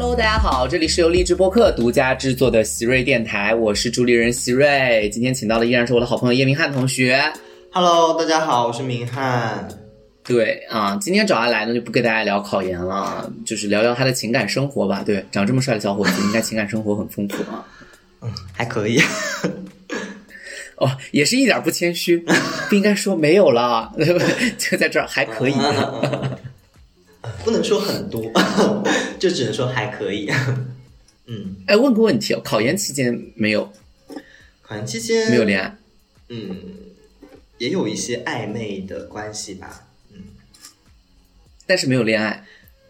Hello， 大家好，这里是由励志播客独家制作的席瑞电台，我是主理人席瑞。今天请到的依然是我的好朋友叶明翰同学。 Hello， 大家好，我是明翰。 对啊，今天找他来呢，就不跟大家聊考研了，就是聊聊他的情感生活吧。对，长这么帅的小伙子，应该情感生活很丰富啊。 还可以。 哦，也是一点不谦虚，不应该说没有了，就在这儿还可以。 不能说很多，就只能说还可以。 哎，问个问题哦，考研期间没有？ 考研期间没有恋爱？ 也有一些暧昧的关系吧。 但是没有恋爱。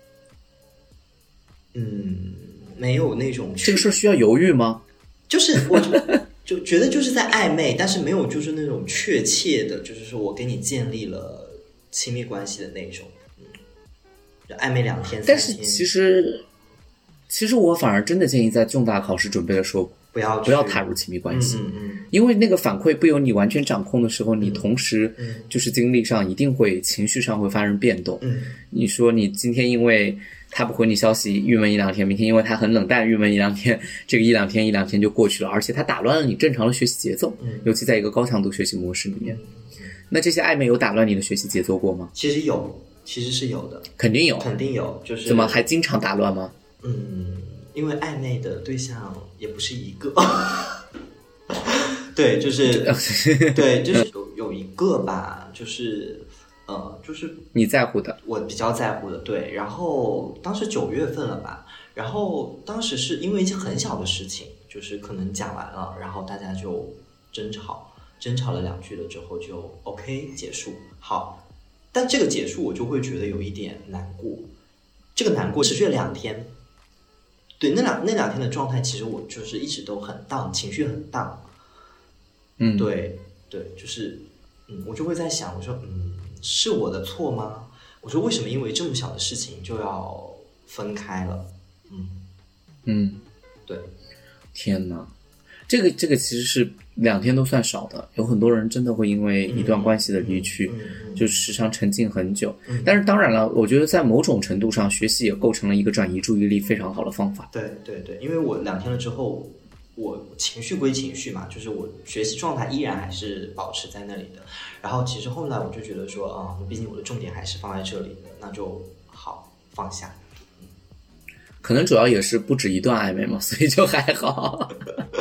没有那种。 这个事需要犹豫吗？ 就是我就觉得就是在暧昧，但是没有就是那种确切的，就是说我跟你建立了亲密关系的那种。就暧昧2天3天。 但是其实我反而真的建议在重大考试准备的时候不要踏入亲密关系。因为那个反馈不由你完全掌控的时候，你同时就是精力上一定会情绪上会发生变动。你说你今天因为他不回你消息郁闷1-2天，明天因为他很冷淡郁闷1-2天，这个1-2天就过去了，而且他打乱了你正常的学习节奏。尤其在一个高强度学习模式里面。那这些暧昧有打乱你的学习节奏过吗？ 其实是有的。 肯定有。 就是怎么还经常打乱吗？ 因为暧昧的对象也不是一个。对，就是对，就是有一个吧，就是你在乎的， 我比较在乎的。对，然后当时9月份了吧，然后当时是因为一件很小的事情，就是可能讲完了，然后大家就争吵了2句了之后就 OK 结束。好，但这个结束我就会觉得有一点难过，这个难过持续了2天。对，那两天的状态，其实我就是一直都很down，情绪很down。对，就是我就会在想，我说是我的错吗？我说为什么因为这么小的事情就要分开了？对， 天哪，这个其实是2天都算少的，有很多人真的会因为一段关系的离去，就时常沉浸很久。但是当然了，我觉得在某种程度上，学习也构成了一个转移注意力非常好的方法。 对，因为我2天了之后，我情绪归情绪嘛，就是我学习状态依然还是保持在那里的。然后其实后来我就觉得说，毕竟我的重点还是放在这里的，那就好放下。 可能主要也是不止一段暧昧嘛，所以就还好。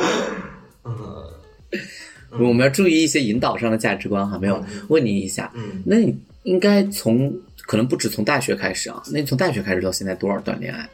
我们要注意一些引导上的价值观哈。没有，问你一下，那你应该可能不止从大学开始啊，那你从大学开始到现在多少段恋爱？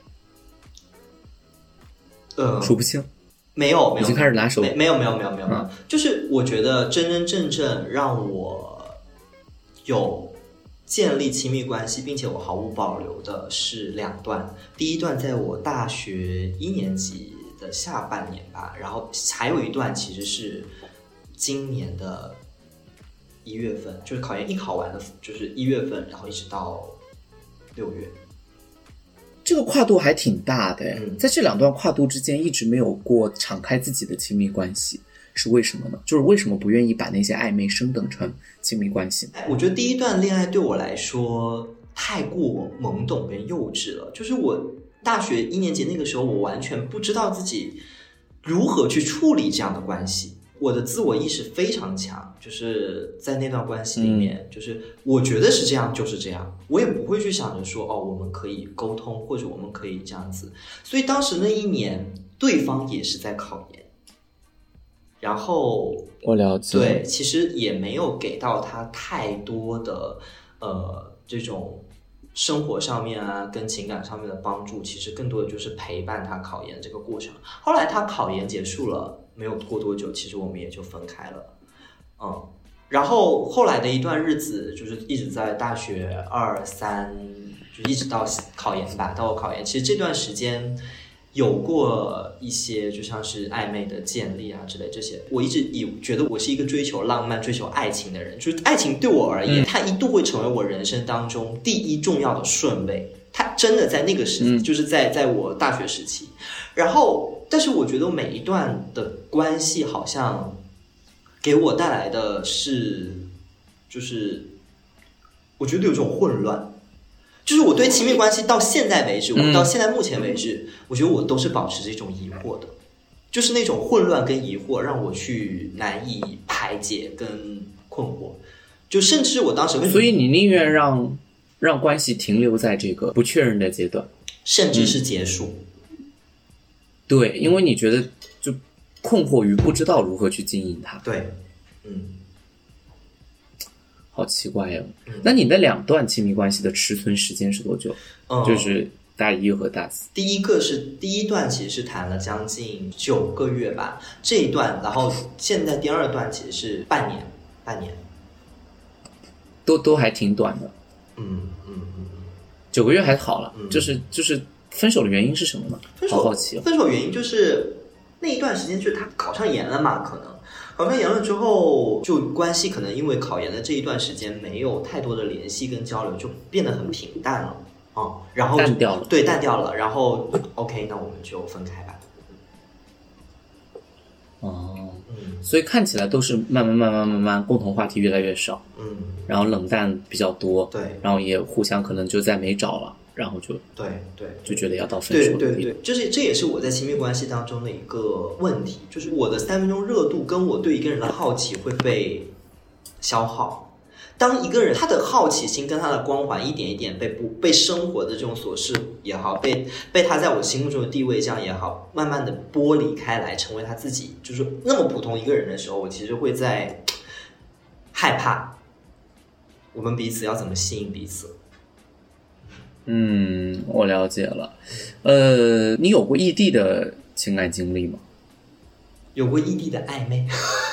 数不清。 没有， 已经开始拿手。 没有，就是我觉得真正让我有建立亲密关系，并且我毫无保留的是2段。第一段在我大学1年级的下半年吧，然后还有一段其实是今年的1月份，就是考研一考完的，就是1月份，然后一直到6月。 这个跨度还挺大的。在这2段跨度之间一直没有过敞开自己的亲密关系，是为什么呢？就是为什么不愿意把那些暧昧升等成亲密关系？ 我觉得第一段恋爱对我来说太过懵懂跟幼稚了，就是我大学1年级那个时候，我完全不知道自己如何去处理这样的关系。我的自我意识非常强，就是在那段关系里面，就是我觉得是这样就是这样，我也不会去想着说我们可以沟通，或者我们可以这样子。所以当时那1年对方也是在考研，然后我了解， 对，其实也没有给到他太多的这种生活上面啊跟情感上面的帮助，其实更多的就是陪伴他考研这个过程。后来他考研结束了没有过多久，其实我们也就分开了。然后后来的一段日子就是一直在大学2、3，就一直到考研吧，到我考研，其实这段时间有过一些就像是暧昧的建立啊之类这些。我一直觉得我是一个追求浪漫追求爱情的人，就是爱情对我而言它一度会成为我人生当中第一重要的顺位，它真的在那个时期，就是在我大学时期。然后但是我觉得每一段的关系好像给我带来的是就是我觉得有种混乱， 就是我对亲密关系到现在为止，我到现在目前为止，我觉得我都是保持这种疑惑的，就是那种混乱跟疑惑让我去难以排解跟困惑，就甚至我当时所以你宁愿让关系停留在这个不确认的阶段， 甚至是结束。 对，因为你觉得就困惑于不知道如何去经营它。 对， 好奇怪呀。那你的2段亲密关系的持存时间是多久？就是大一和大4。 第一段其实是谈了将近9个月吧，这一段，然后现在第2段其实是半年， 都还挺短的。9个月还好了。就是分手的原因是什么呢？好好奇。 分手原因就是那一段时间就是他考上研了嘛，可能考上研了之后，就关系可能因为考研的这一段时间没有太多的联系跟交流，就变得很平淡了然后淡掉了。 对，淡掉了。然后 OK， 那我们就分开吧。 所以看起来都是慢慢共同话题越来越少。然后冷淡比较多。 对， 然后也互相可能就再没找了。然后就就觉得要到分手的地步。 对，就是这也是我在亲密关系当中的一个问题，就是我的3分钟热度跟我对一个人的好奇会被消耗。当一个人他的好奇心跟他的光环一点一点被生活的这种琐事也好，被他在我心目中的地位这样也好，慢慢的剥离开来，成为他自己就是那么普通一个人的时候，我其实会在害怕我们彼此要怎么吸引彼此。 我了解了。你有过异地的情感经历吗？ 有过异地的暧昧。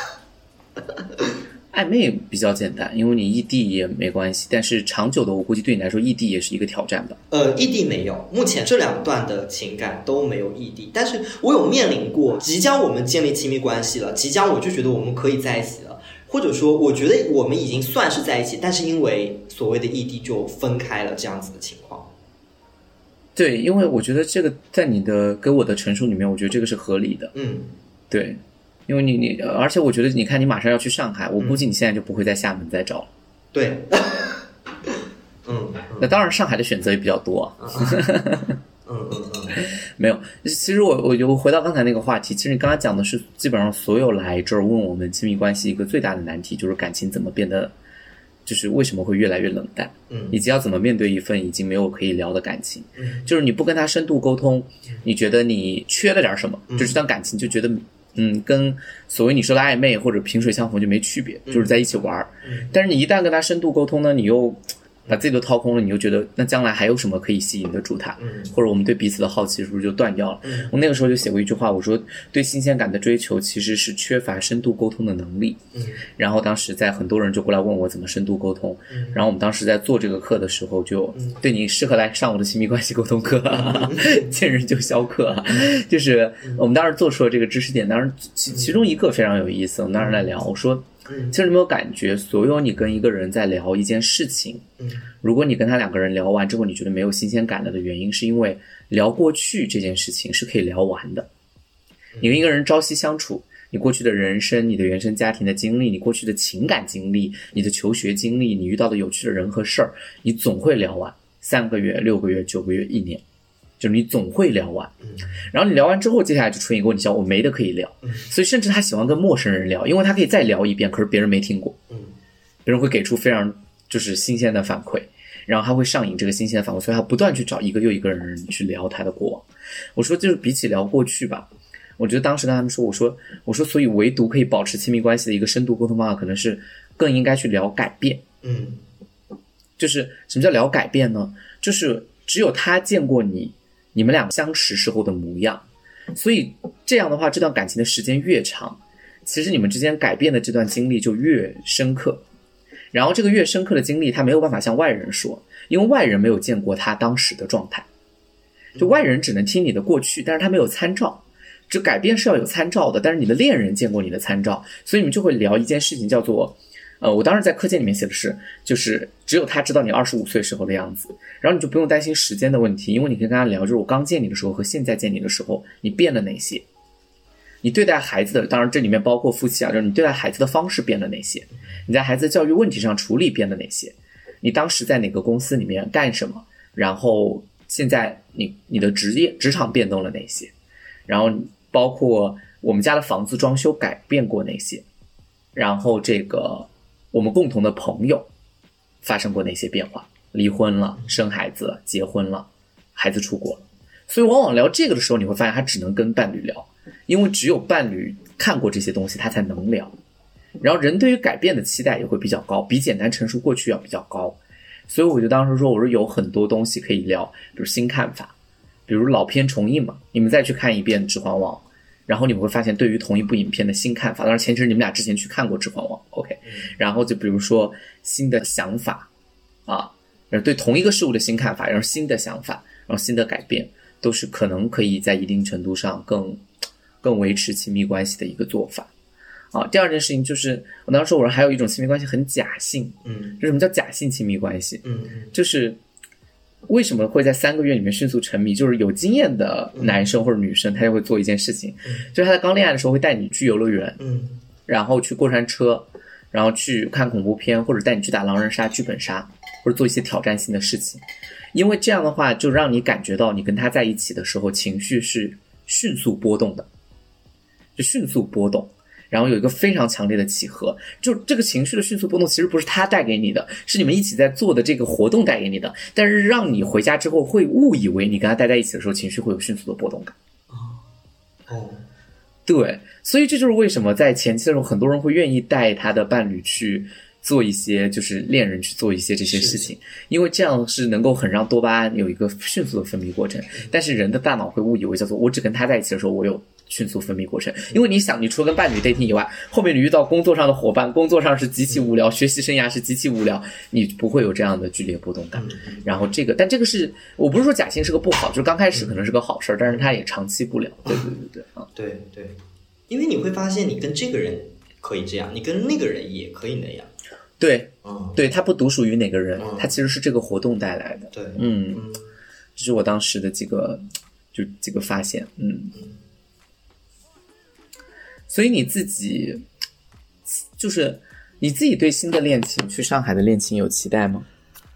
暧昧比较简单，因为你异地也没关系，但是长久的我估计对你来说异地也是一个挑战吧。 异地没有，目前这2段的情感都没有异地，但是我有面临过即将我们建立亲密关系了，即将我就觉得我们可以在一起了，或者说我觉得我们已经算是在一起，但是因为所谓的异地就分开了这样子的情况。 对，因为我觉得这个在你的给我的陈述里面，我觉得这个是合理的。对，因为你而且我觉得你看你马上要去上海，我估计你现在就不会在厦门再找了。 对。 那当然上海的选择也比较多。没有，其实我就回到刚才那个话题，其实你刚才讲的是基本上所有来这儿问我们亲密关系一个最大的难题，就是感情怎么变得就是为什么会越来越冷淡，以及要怎么面对一份已经没有可以聊的感情。就是你不跟他深度沟通，你觉得你缺了点什么，就是当感情就觉得跟所谓你说的暧昧或者萍水相逢就没区别，就是在一起玩。但是你一旦跟他深度沟通呢，你又把自己都掏空了，你就觉得那将来还有什么可以吸引得住他，或者我们对彼此的好奇是不是就断掉了。我那个时候就写过一句话，我说对新鲜感的追求其实是缺乏深度沟通的能力。然后当时在很多人就过来问我怎么深度沟通，然后我们当时在做这个课的时候就对你适合来上我的亲密关系沟通课，见人就消课。就是我们当时做出了这个知识点，当然其中一个非常有意思，我们当时在聊，我说其实你有没有感觉所有你跟一个人在聊一件事情，如果你跟他2个人聊完之后你觉得没有新鲜感了的原因是因为聊过去这件事情是可以聊完的。你跟一个人朝夕相处，你过去的人生，你的原生家庭的经历，你过去的情感经历，你的求学经历，你遇到的有趣的人和事儿，你总会聊完3个月、6个月、9个月、1年，就是你总会聊完。然后你聊完之后接下来就出现一个问题叫我没得可以聊。所以甚至他喜欢跟陌生人聊，因为他可以再聊一遍，可是别人没听过，别人会给出非常就是新鲜的反馈，然后他会上瘾这个新鲜的反馈，所以他不断去找一个又一个人去聊他的过往。我说就是比起聊过去吧，我觉得当时跟他们说，我说所以唯独可以保持亲密关系的一个深度沟通方法可能是更应该去聊改变。就是什么叫聊改变呢？就是只有他见过你们俩相识时候的模样，所以这样的话这段感情的时间越长，其实你们之间改变的这段经历就越深刻。然后这个越深刻的经历他没有办法向外人说，因为外人没有见过他当时的状态，就外人只能听你的过去，但是他没有参照。这改变是要有参照的，但是你的恋人见过你的参照，所以你们就会聊一件事情叫做我当时在课件里面写的是，就是只有他知道你25岁时候的样子，然后你就不用担心时间的问题，因为你可以跟他聊，就是我刚见你的时候和现在见你的时候你变了哪些，你对待孩子的，当然这里面包括夫妻啊，就是你对待孩子的方式变了哪些，你在孩子的教育问题上处理变了哪些，你当时在哪个公司里面干什么， 然后现在你的职场变动了哪些，然后包括我们家的房子装修改变过哪些，然后这个我们共同的朋友发生过哪些变化，离婚了，生孩子了，结婚了，孩子出国了。所以往往聊这个的时候，你会发现他只能跟伴侣聊，因为只有伴侣看过这些东西他才能聊。然后人对于改变的期待也会比较高，比简单陈述过去要比较高。所以我就当时说，我说有很多东西可以聊，比如新看法，比如老片重映嘛，你们再去看一遍《指环王》，然后你们会发现对于同一部影片的新看法，当然前提是你们俩之前去看过《指环王》，OK。然后就比如说新的想法啊，然后对同一个事物的新看法，然后新的想法，然后新的改变，都是可能可以在一定程度上更维持亲密关系的一个做法。啊，第二件事情就是我当时说，我说还有一种亲密关系很假性，就什么叫假性亲密关系？就是为什么会在3个月里面迅速沉迷？就是有经验的男生或者女生，他就会做一件事情，就是他在刚恋爱的时候会带你去游乐园，然后去过山车，然后去看恐怖片，或者带你去打狼人杀、剧本杀，或者做一些挑战性的事情。因为这样的话，就让你感觉到你跟他在一起的时候，情绪是迅速波动的，就迅速波动。然后有一个非常强烈的契合，就这个情绪的迅速波动其实不是他带给你的，是你们一起在做的这个活动带给你的，但是让你回家之后会误以为你跟他待在一起的时候情绪会有迅速的波动感。对，所以这就是为什么在前期的时候很多人会愿意带他的伴侣去做一些，就是恋人去做一些这些事情，因为这样是能够很让多巴胺有一个迅速的分泌过程。但是人的大脑会误以为叫做我只跟他在一起的时候我有迅速分泌过程，因为你想，你除了跟伴侣 dating 以外，后面你遇到工作上的伙伴，工作上是极其无聊，学习生涯是极其无聊，你不会有这样的剧烈波动感。然后但这个是我不是说假性是个不好，就是刚开始可能是个好事，但是它也长期不了。 对，因为你会发现你跟这个人可以这样，你跟那个人也可以那样。 对，它不独属于哪个人，它其实是这个活动带来的。 对， 这是我当时的几个发现。所以你自己对新的恋情，去上海的恋情有期待吗？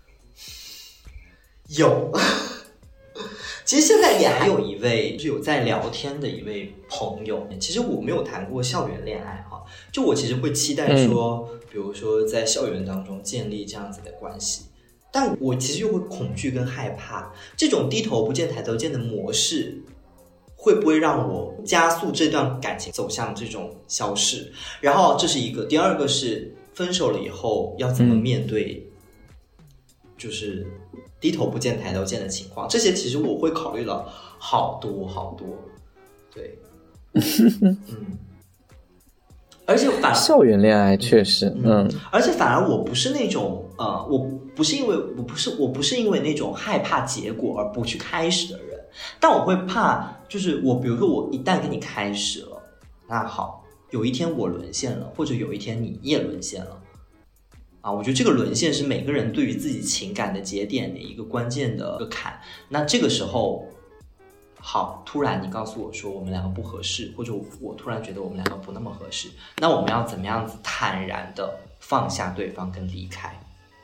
有。其实现在也还有一位有在聊天的一位朋友，其实我没有谈过校园恋爱哈，就我其实会期待说，比如说在校园当中建立这样子的关系，但我其实又会恐惧跟害怕这种低头不见抬头见的模式会不会让我加速这段感情走向这种消逝。然后这是一个，第二个是分手了以后要怎么面对就是低头不见抬头见的情况，这些其实我会考虑了好多好多。对。而且校园恋爱确实而且反而我不是那种我不是因为那种害怕结果而不去开始的人，但我会怕就是比如说我一旦跟你开始了，那好，有一天我沦陷了，或者有一天你也沦陷了我觉得这个沦陷是每个人对于自己情感的节点的一个关键的一个坎。那这个时候好，突然你告诉我说我们两个不合适，或者我突然觉得我们两个不那么合适，那我们要怎么样子坦然的放下对方跟离开。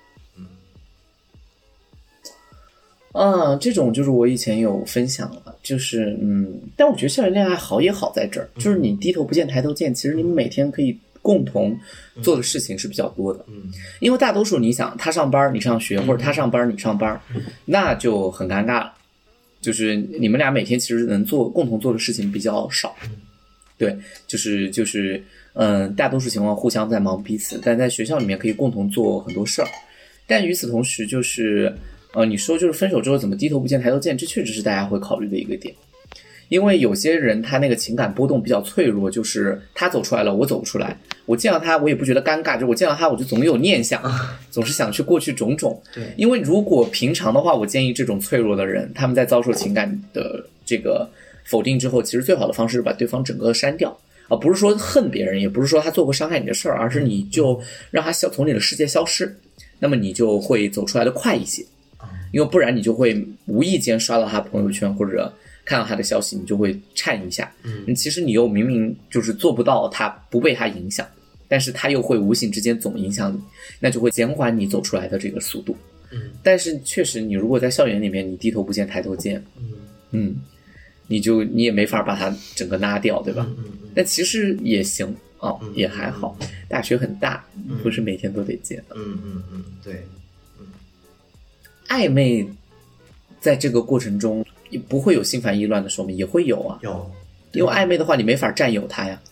这种就是我以前有分享了，就是但我觉得校园恋爱好也好在这儿，就是你低头不见抬头见，其实你们每天可以共同做的事情是比较多的。因为大多数你想他上班你上学，或者他上班你上班，那就很尴尬了，就是你们俩每天其实能共同做的事情比较少。对，就是大多数情况互相在忙彼此，但在学校里面可以共同做很多事儿。但与此同时就是你说就是分手之后怎么低头不见抬头见，这确实是大家会考虑的一个点。因为有些人他那个情感波动比较脆弱，就是他走出来了我走不出来，我见到他我也不觉得尴尬，就是我见到他我就总有念想，总是想去过去种种。 对， 因为如果平常的话，我建议这种脆弱的人，他们在遭受情感的这个否定之后，其实最好的方式是把对方整个删掉，不是说恨别人，也不是说他做过伤害你的事儿，而是你就让他从你的世界消失，那么你就会走出来的快一些。因为不然你就会无意间刷到他朋友圈或者看到他的消息，你就会颤一下。其实你又明明就是做不到他不被他影响，但是他又会无形之间总影响你，那就会减缓你走出来的这个速度。 但是确实你如果在校园里面你低头不见抬头见，你也没法把它整个拉掉，对吧？但其实也行也还好。大学很大，不是每天都得见的。 对。 暧昧在这个过程中也不会有心烦意乱的时候吗？也会有啊。 有， 因为暧昧的话你没法占有他呀。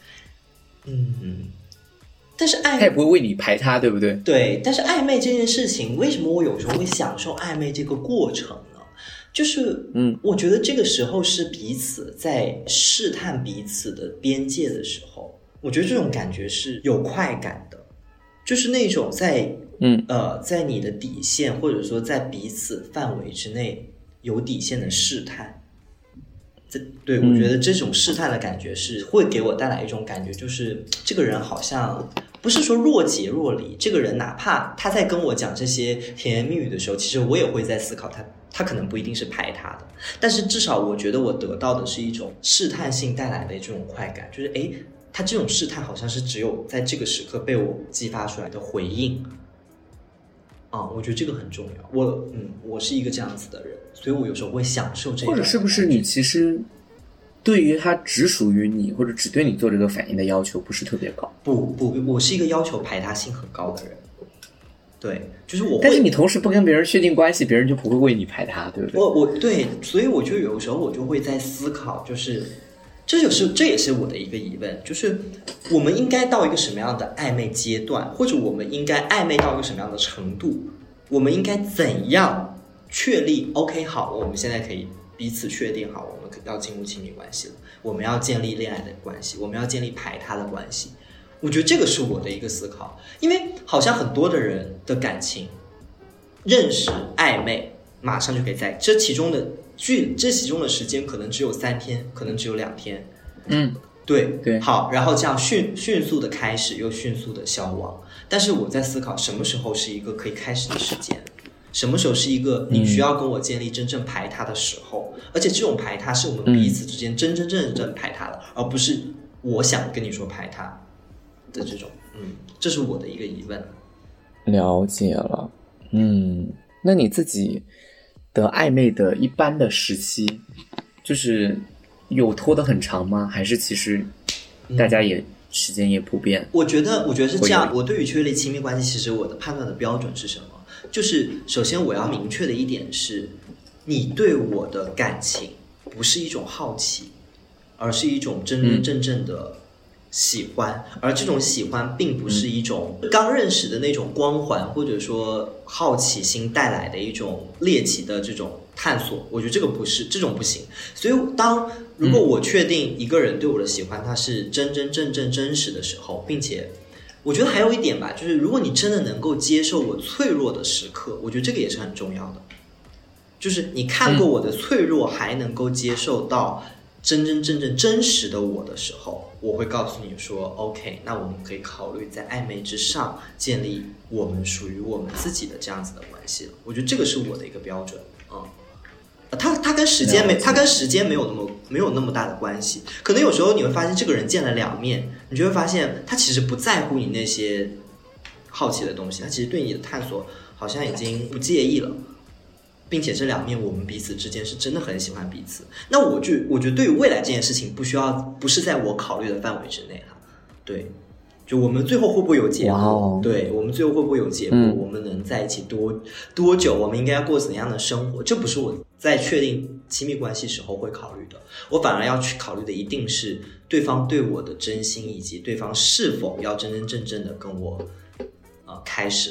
但是他也不会为你排他，对不对？ 对，但是暧昧这件事情，为什么我有时候会享受暧昧这个过程呢？就是我觉得这个时候是彼此在试探彼此的边界的时候，我觉得这种感觉是有快感的，就是那种在在你的底线或者说在彼此范围之内有底线的试探。对，我觉得这种试探的感觉是会给我带来一种感觉，就是这个人好像不是说若即若离，这个人哪怕他在跟我讲这些甜言蜜语的时候，其实我也会在思考他可能不一定是排他的，但是至少我觉得我得到的是一种试探性带来的这种快感，就是他这种试探好像是只有在这个时刻被我激发出来的回应我觉得这个很重要。我是一个这样子的人，所以我有时候会享受这个。 或者是不是你其实对于他只属于你或者只对你做这个反应的要求不是特别高？ 不，我是一个要求排他性很高的人。对，就是我会。 但是你同时不跟别人确定关系，别人就不会为你排他，对不对？ 对，所以我就有时候我就会在思考，就是这也是我的一个疑问，就是我们应该到一个什么样的暧昧阶段，或者我们应该暧昧到一个什么样的程度，我们应该怎样确立 OK 好，我们现在可以彼此确定好，我们要进入亲密关系了，我们要建立恋爱的关系，我们要建立排他的关系。我觉得这个是我的一个思考，因为好像很多的人的感情认识暧昧马上就可以在这其中的时间可能只有3天，可能只有2天。对，好，然后这样迅速的开始，又迅速的消亡。但是我在思考，什么时候是一个可以开始的时间？什么时候是一个你需要跟我建立真正排他的时候？而且这种排他是我们彼此之间真正排他的，而不是我想跟你说排他的这种。这是我的一个疑问。 了解了。那你自己的暧昧的一般的时期，就是有拖得很长吗？还是其实大家也时间也普遍？ 我觉得是这样。我对于确立亲密关系，其实我的判断的标准是什么？就是首先我要明确的一点是，你对我的感情不是一种好奇，而是一种真正的喜欢，而这种喜欢并不是一种刚认识的那种光环，或者说好奇心带来的一种猎奇的这种探索。我觉得这个不是，这种不行。所以如果我确定一个人对我的喜欢他是真实的时候，并且我觉得还有一点吧，就是如果你真的能够接受我脆弱的时刻，我觉得这个也是很重要的。就是你看过我的脆弱，还能够接受到真实的我的时候，我会告诉你说 OK， 那我们可以考虑在暧昧之上建立我们属于我们自己的这样子的关系了。我觉得这个是我的一个标准。它跟时间没有那么大的关系。可能有时候你会发现这个人见了2面，你就会发现他其实不在乎你那些好奇的东西，他其实对你的探索好像已经不介意了，并且这2面我们彼此之间是真的很喜欢彼此。那我觉得对于未来这件事情不是在我考虑的范围之内了。对，就我们最后会不会有结果？对，我们最后会不会有结果？我们能在一起多久？我们应该要过怎样的生活？这不是我在确定亲密关系时候会考虑的。我反而要去考虑的一定是对方对我的真心，以及对方是否要真正的跟我开始。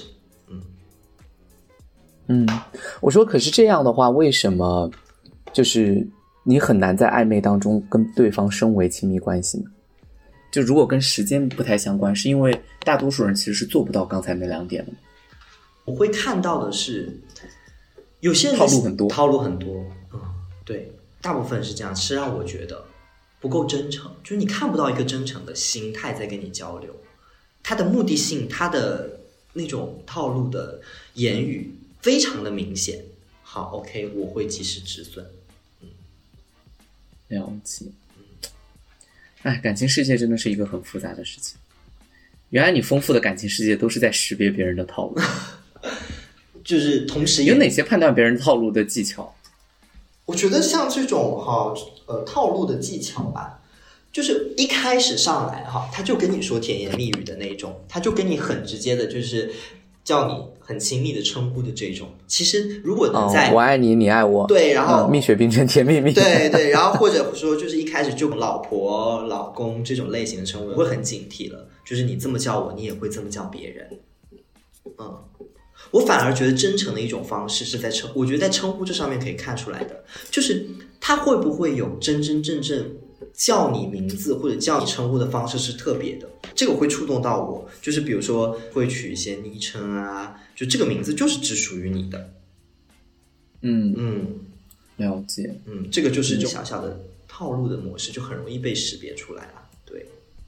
我说可是这样的话，为什么就是你很难在暧昧当中跟对方升为亲密关系呢？就如果跟时间不太相关，是因为大多数人其实是做不到刚才那2点的。 我会看到的是有些人套路很多。 对，大部分是这样，是让我觉得不够真诚，就是你看不到一个真诚的心态在跟你交流，他的目的性，他的那种套路的言语非常的明显。好 OK， 我会及时止损。 了解。感情世界真的是一个很复杂的事情。原来你丰富的感情世界都是在识别别人的套路。 就是同时有哪些判断别人套路的技巧？ 我觉得像这种套路的技巧吧，就是一开始上来他就跟你说甜言蜜语的那种，他就跟你很直接的，就是叫你很亲密的称呼的这种。其实如果能在我爱你，你爱我， 对，然后蜜雪冰城甜蜜蜜， 对对，然后或者说就是一开始就老婆、老公这种类型的称呼，我会很警惕了。就是你这么叫我，你也会这么叫别人。我反而觉得真诚的一种方式是我觉得在称呼这上面可以看出来的，就是他会不会有真真正正叫你名字或者叫你称呼的方式是特别的，这个会触动到我。就是比如说会取一些昵称啊，就这个名字就是只属于你的。 了解。 这个就是小小的套路的模式，就很容易被识别出来了。对。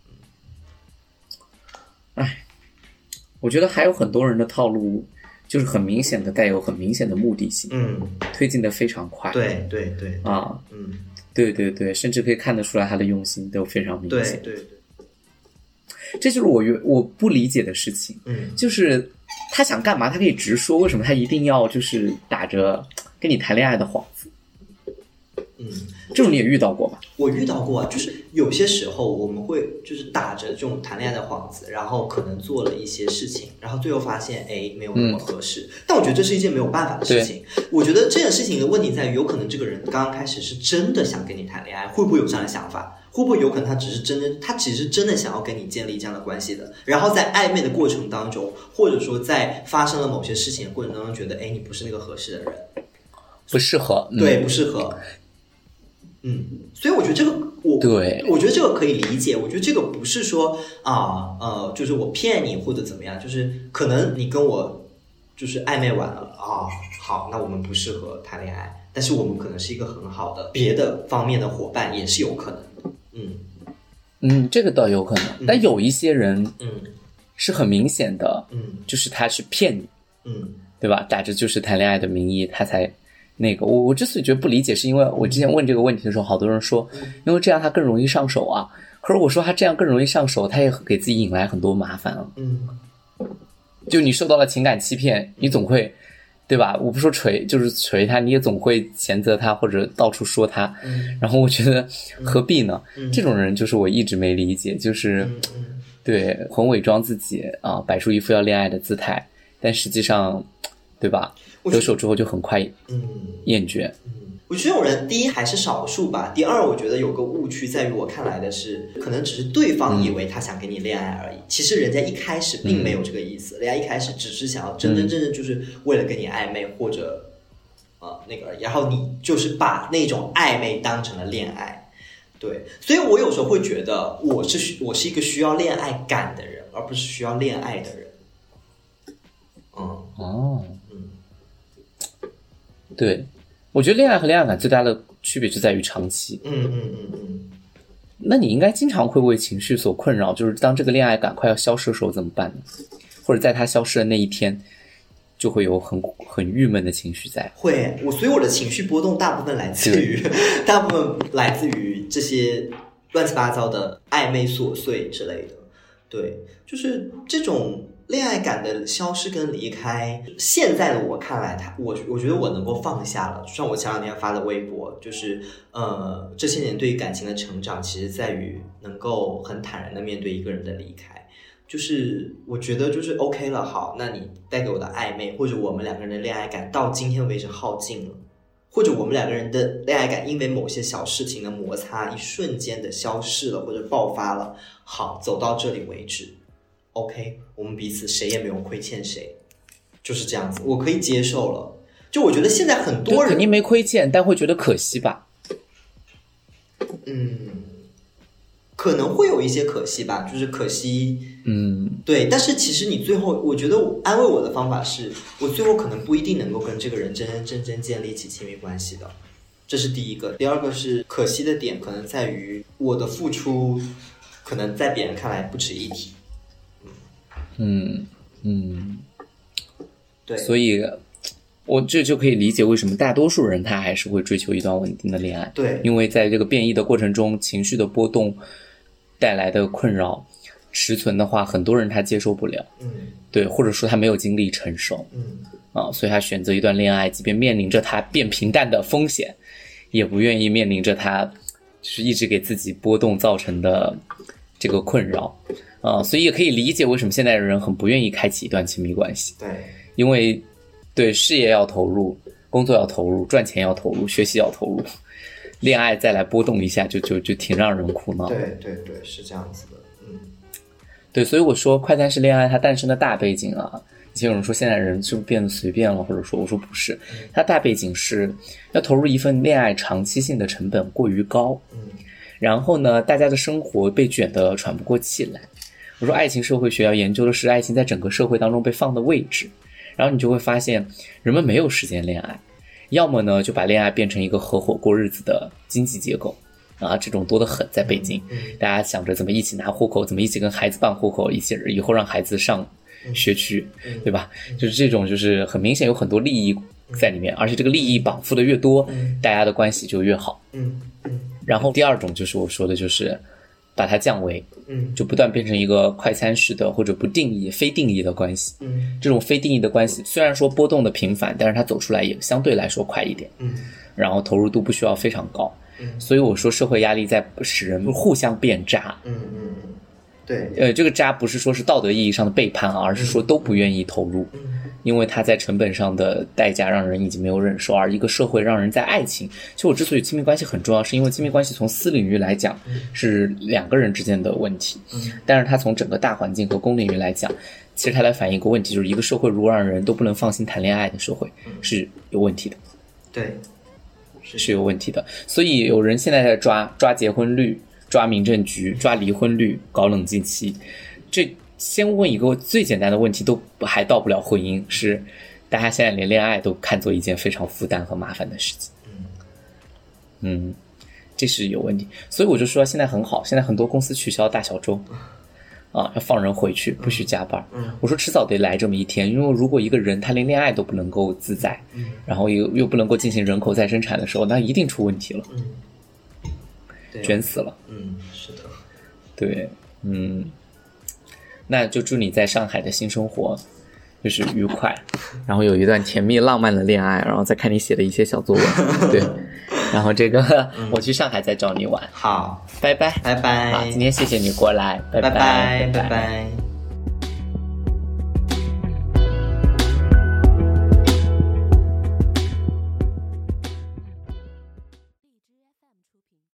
我觉得还有很多人的套路就是很明显的带有很明显的目的性，推进的非常快。 对对对啊， 对对对，甚至可以看得出来他的用心都非常明显。 对对对， 这就是我不理解的事情。就是他想干嘛，他可以直说，为什么他一定要就是打着跟你谈恋爱的幌子？这种你也遇到过吧？ 我遇到过啊，就是有些时候我们会就是打着这种谈恋爱的幌子，然后可能做了一些事情，然后最后发现没有那么合适。但我觉得这是一件没有办法的事情。我觉得这件事情的问题在于，有可能这个人刚刚开始是真的想跟你谈恋爱，会不会有这样的想法？会不会有可能他只是真的想要跟你建立这样的关系的？然后在暧昧的过程当中，或者说在发生了某些事情的过程当中，觉得你不是那个合适的人， 不适合。 对，不适合。所以我觉得这个我觉得这个可以理解。我觉得这个不是说就是我骗你或者怎么样，就是可能你跟我就是暧昧完了好，那我们不适合谈恋爱，但是我们可能是一个很好的别的方面的伙伴，也是有可能的。 这个倒有可能。但有一些人是很明显的，就是他是骗你，对吧？打着就是谈恋爱的名义，他才那个。我之所以觉得不理解，是因为我之前问这个问题的时候，好多人说因为这样他更容易上手啊。可是我说他这样更容易上手，他也给自己引来很多麻烦啊。就你受到了情感欺骗，你总会，对吧？我不说就是锤他，你也总会谴责他或者到处说他。然后我觉得何必呢？这种人就是我一直没理解，就是对，很伪装自己啊，摆出一副要恋爱的姿态，但实际上，对吧？得手之后就很快厌倦。 我觉得这种人，第一还是少数吧，第二我觉得有个误区在于，我看来的是可能只是对方以为他想跟你恋爱而已，其实人家一开始并没有这个意思，人家一开始只是想要真真正正就是为了跟你暧昧或者那个而已，然后你就是把那种暧昧当成了恋爱。对，所以我有时候会觉得我是一个需要恋爱感的人，而不是需要恋爱的人。 对，我觉得恋爱和恋爱感最大的区别就在于长期。那你应该经常会为情绪所困扰，就是当这个恋爱感快要消失的时候怎么办呢？或者在它消失的那一天，就会有很郁闷的情绪在。 会，所以我的情绪波动大部分来自于这些乱七八糟的暧昧琐碎之类的。对，就是这种恋爱感的消失跟离开，现在的我看来我觉得我能够放下了。就像我前两天发的微博，就是这些年对于感情的成长，其实在于能够很坦然的面对一个人的离开。就是我觉得就是 OK 了，好，那你带给我的暧昧，或者我们两个人的恋爱感到今天为止耗尽了，或者我们两个人的恋爱感因为某些小事情的摩擦一瞬间的消逝了或者爆发了，好，走到这里为止 OK， 我们彼此谁也没有亏欠谁，就是这样子，我可以接受了。就我觉得现在很多人肯定没亏欠，但会觉得可惜吧。 可能会有一些可惜吧，就是可惜对，但是其实你最后我觉得安慰我的方法是，我最后可能不一定能够跟这个人真真正正建立起亲密关系的，这是第一个。第二个是可惜的点可能在于我的付出可能在别人看来不值一提。对， 所以我这就可以理解为什么大多数人他还是会追求一段稳定的恋爱。 对， 因为在这个变异的过程中，情绪的波动带来的困扰持存的话，很多人他接受不了，对，或者说他没有精力承受，所以他选择一段恋爱，即便面临着他变平淡的风险，也不愿意面临着他就是一直给自己波动造成的这个困扰，所以也可以理解为什么现在的人很不愿意开启一段亲密关系， 对， 因为对事业要投入，工作要投入，赚钱要投入，学习要投入，恋爱再来波动一下就挺让人苦恼。 对对对，是这样子的。 对，所以我说快餐式恋爱它诞生的大背景啊，以前有人说现在人是不是变得随便了，或者说我说不是，它大背景是要投入一份恋爱长期性的成本过于高，然后呢大家的生活被卷得喘不过气来。我说爱情社会学要研究的是爱情在整个社会当中被放的位置，然后你就会发现人们没有时间恋爱，要么呢就把恋爱变成一个合伙过日子的经济结构啊，这种多得很，在北京，大家想着怎么一起拿户口，怎么一起跟孩子办户口，一起以后让孩子上学区，对吧？就是这种，就是很明显有很多利益在里面，而且这个利益绑缚的越多，大家的关系就越好。然后第二种就是我说的，就是把它降维，就不断变成一个快餐式的或者不定义、非定义的关系。这种非定义的关系虽然说波动的频繁，但是它走出来也相对来说快一点。然后投入度不需要非常高。所以我说社会压力在使人互相变渣。 对， 这个渣不是说是道德意义上的背叛啊，而是说都不愿意投入，因为它在成本上的代价让人已经没有忍受，而一个社会让人在爱情，其实我之所以亲密关系很重要，是因为亲密关系从私领域来讲是两个人之间的问题，但是它从整个大环境和公领域来讲，其实它来反映一个问题，就是一个社会如果让人都不能放心谈恋爱的社会是有问题的。 对， 是有问题的。所以有人现在在抓结婚率，抓民政局，抓离婚率，搞冷静期。这先问一个最简单的问题，都还到不了婚姻，是大家现在连恋爱都看作一件非常负担和麻烦的事情。这是有问题。所以我就说现在很好，现在很多公司取消大小周要放人回去，不许加班。我说迟早得来这么一天，因为如果一个人他连恋爱都不能够自在，然后又不能够进行人口再生产的时候，那一定出问题了。卷死了。 是的。对， 那就祝你在上海的新生活就是愉快，然后有一段甜蜜浪漫的恋爱，然后再看你写的一些小作文。对，然后这个我去上海再找你玩。 好， 拜拜。 拜拜。 好，今天谢谢你过来，拜拜。 拜拜。